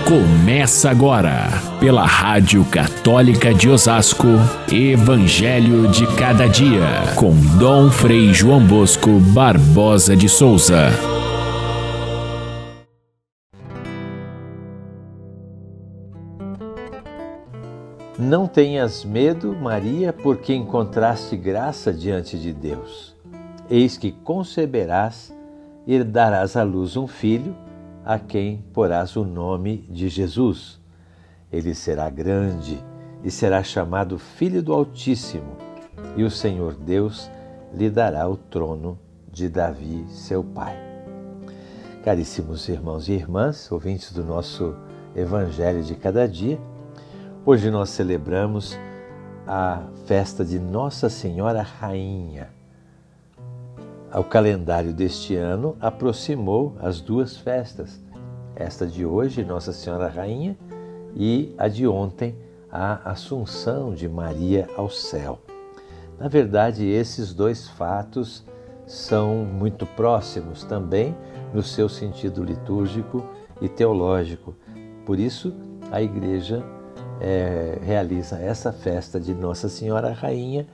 Começa agora, pela Rádio Católica de Osasco, Evangelho de Cada Dia, com Dom Frei João Bosco Barbosa de Souza. Não tenhas medo, Maria, porque encontraste graça diante de Deus. Eis que conceberás e darás à luz um filho, a quem porás o nome de Jesus. Ele será grande e será chamado Filho do Altíssimo, e o Senhor Deus lhe dará o trono de Davi, seu pai. Caríssimos irmãos e irmãs, ouvintes do nosso Evangelho de Cada Dia, hoje nós celebramos a festa de Nossa Senhora Rainha. O calendário deste ano aproximou as duas festas, esta de hoje, Nossa Senhora Rainha, e a de ontem, a Assunção de Maria ao céu. Na verdade, esses dois fatos são muito próximos também no seu sentido litúrgico e teológico. Por isso, a Igreja realiza essa festa de Nossa Senhora Rainha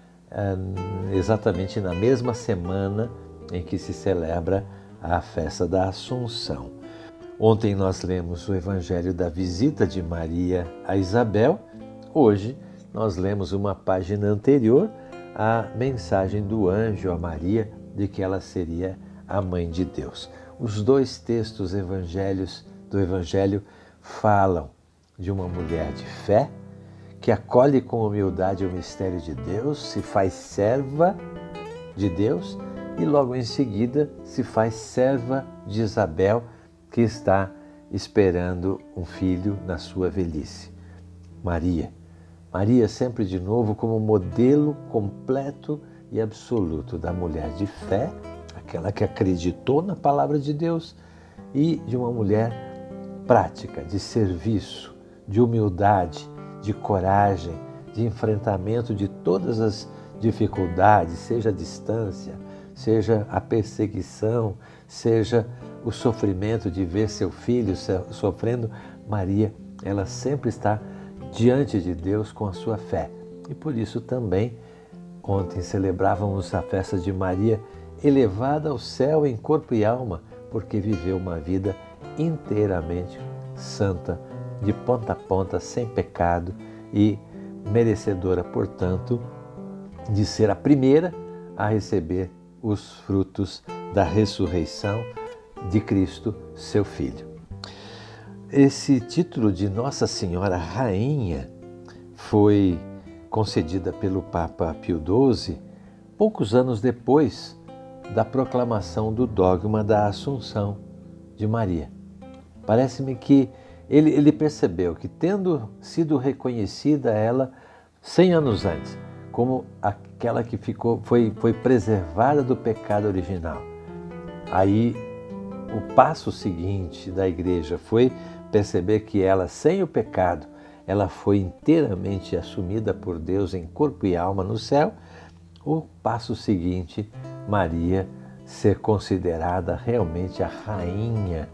exatamente na mesma semana em que se celebra a festa da Assunção. Ontem nós lemos o Evangelho da visita de Maria a Isabel. Hoje nós lemos uma página anterior a mensagem do anjo a Maria de que ela seria a mãe de Deus. Os dois textos do Evangelho falam de uma mulher de fé que acolhe com humildade o mistério de Deus, se faz serva de Deus e logo em seguida se faz serva de Isabel, que está esperando um filho na sua velhice. Maria sempre de novo como modelo completo e absoluto da mulher de fé, aquela que acreditou na palavra de Deus, e de uma mulher prática, de serviço, de humildade, de coragem, de enfrentamento de todas as dificuldades, seja a distância, seja a perseguição, seja o sofrimento de ver seu filho sofrendo. Maria, ela sempre está diante de Deus com a sua fé. E por isso também, ontem celebrávamos a festa de Maria elevada ao céu em corpo e alma, porque viveu uma vida inteiramente santa, de ponta a ponta, sem pecado e merecedora, portanto, de ser a primeira a receber os frutos da ressurreição de Cristo, seu Filho. Esse título de Nossa Senhora Rainha foi concedida pelo Papa Pio XII poucos anos depois da proclamação do dogma da Assunção de Maria. Parece-me que ele percebeu que, tendo sido reconhecida ela 100 anos antes como aquela que foi preservada do pecado original, aí o passo seguinte da Igreja foi perceber que ela, sem o pecado, ela foi inteiramente assumida por Deus em corpo e alma no céu. O passo seguinte, Maria ser considerada realmente a rainha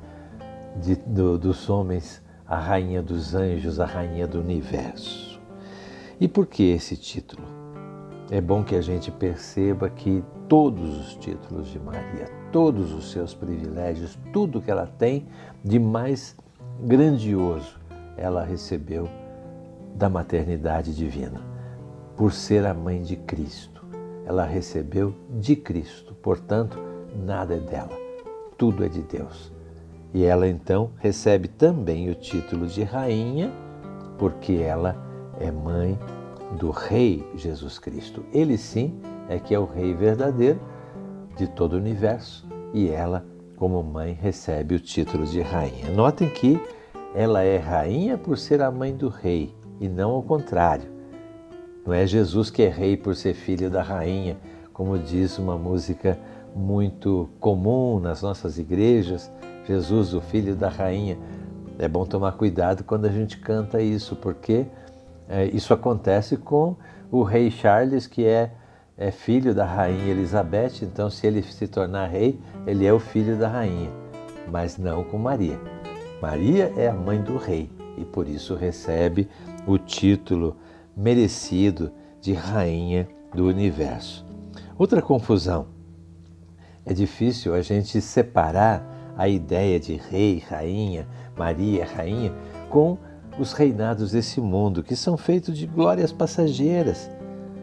dos homens, a rainha dos anjos, a rainha do universo. E por que esse título? É bom que a gente perceba que todos os títulos de Maria, todos os seus privilégios, tudo que ela tem de mais grandioso, ela recebeu da maternidade divina. Por ser a mãe de Cristo, ela recebeu de Cristo, portanto, nada é dela, tudo é de Deus. E ela então recebe também o título de rainha, porque ela é mãe do Rei Jesus Cristo. Ele sim é que é o Rei verdadeiro de todo o universo, e ela, como mãe, recebe o título de rainha. Notem que ela é rainha por ser a mãe do Rei, e não ao contrário. Não é Jesus que é rei por ser filho da rainha, como diz uma música muito comum nas nossas igrejas, Jesus, o filho da rainha. É bom tomar cuidado quando a gente canta isso, porque isso acontece com o rei Charles, que é filho da rainha Elizabeth. Então, se ele se tornar rei, ele é o filho da rainha, mas não com Maria. Maria é a mãe do rei e por isso recebe o título merecido de rainha do universo. Outra confusão. É difícil a gente separar a ideia de rei, rainha, Maria, rainha, com os reinados desse mundo, que são feitos de glórias passageiras.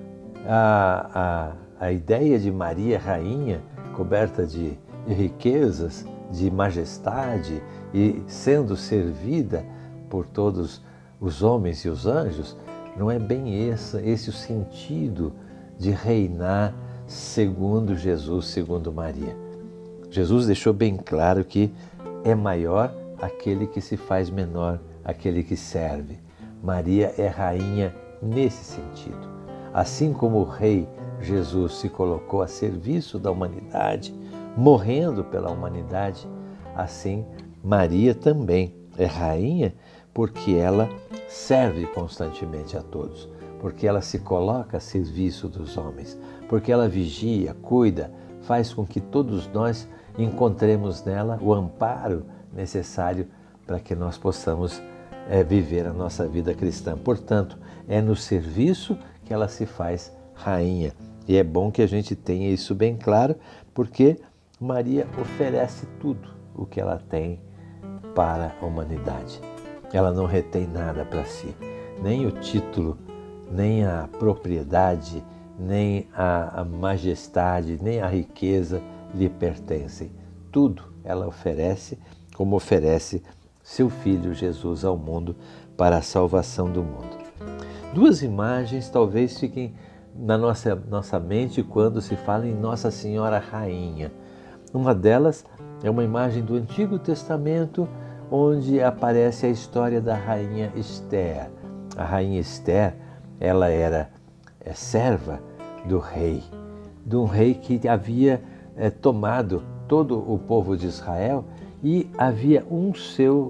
A ideia de Maria, rainha, coberta de riquezas, de majestade e sendo servida por todos os homens e os anjos, não é bem esse o sentido de reinar segundo Jesus, segundo Maria. Jesus deixou bem claro que é maior aquele que se faz menor, aquele que serve. Maria é rainha nesse sentido. Assim como o rei Jesus se colocou a serviço da humanidade, morrendo pela humanidade, assim Maria também é rainha porque ela serve constantemente a todos, porque ela se coloca a serviço dos homens, porque ela vigia, cuida, faz com que todos nós encontremos nela o amparo necessário para que nós possamos viver a nossa vida cristã. Portanto, é no serviço que ela se faz rainha. E é bom que a gente tenha isso bem claro, porque Maria oferece tudo o que ela tem para a humanidade. Ela não retém nada para si, nem o título, nem a propriedade, nem a majestade, nem a riqueza lhe pertencem. Tudo ela oferece, como oferece seu Filho Jesus ao mundo para a salvação do mundo. Duas imagens talvez fiquem na nossa mente quando se fala em Nossa Senhora Rainha. Uma delas é uma imagem do Antigo Testamento, onde aparece a história da rainha Esther. A rainha Esther, ela era serva do rei, de um rei que havia tomado todo o povo de Israel e havia um seu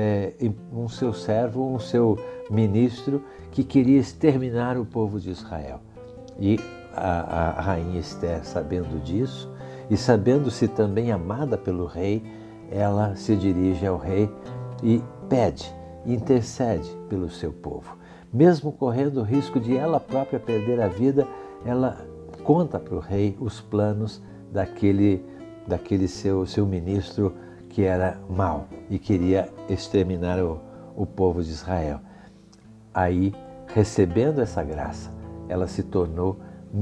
servo, um seu ministro que queria exterminar o povo de Israel. E a rainha Esther, sabendo disso e sabendo-se também amada pelo rei, ela se dirige ao rei e pede, intercede pelo seu povo. Mesmo correndo o risco de ela própria perder a vida, ela conta para o rei os planos daquele seu ministro que era mau e queria exterminar o povo de Israel. Aí, recebendo essa graça, ela se tornou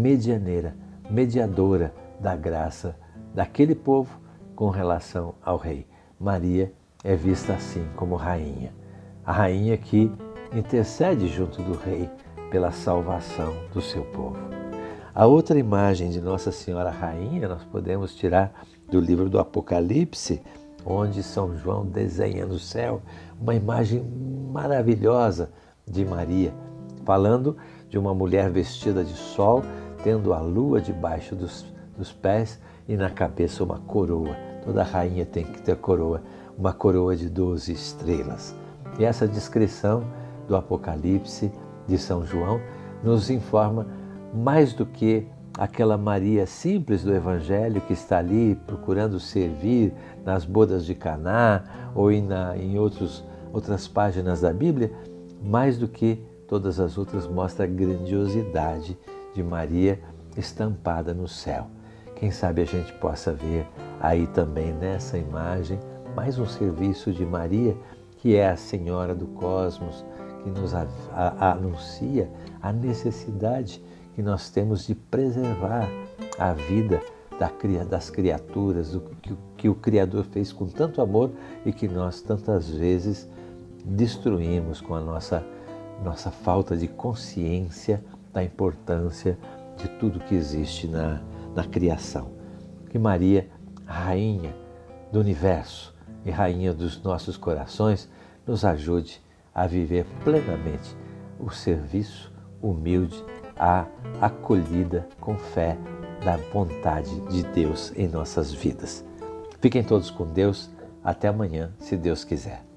mediadora da graça daquele povo com relação ao rei. Maria é vista assim como rainha, a rainha que intercede junto do rei pela salvação do seu povo. A outra imagem de Nossa Senhora Rainha nós podemos tirar do livro do Apocalipse, onde São João desenha no céu uma imagem maravilhosa de Maria, falando de uma mulher vestida de sol, tendo a lua debaixo dos pés e na cabeça uma coroa. Toda rainha tem que ter coroa, uma coroa de 12 estrelas. E essa descrição do Apocalipse de São João nos informa mais do que aquela Maria simples do Evangelho que está ali procurando servir nas bodas de Caná ou em outras páginas da Bíblia, mais do que todas as outras mostra a grandiosidade de Maria estampada no céu. Quem sabe a gente possa ver aí também nessa imagem mais um serviço de Maria, que é a Senhora do Cosmos, que nos anuncia a necessidade que nós temos de preservar a vida das criaturas, que o Criador fez com tanto amor e que nós tantas vezes destruímos com a nossa falta de consciência da importância de tudo que existe na criação. Que Maria, rainha do universo e rainha dos nossos corações, nos ajude a viver plenamente o serviço humilde, a acolhida com fé da vontade de Deus em nossas vidas. Fiquem todos com Deus. Até amanhã, se Deus quiser.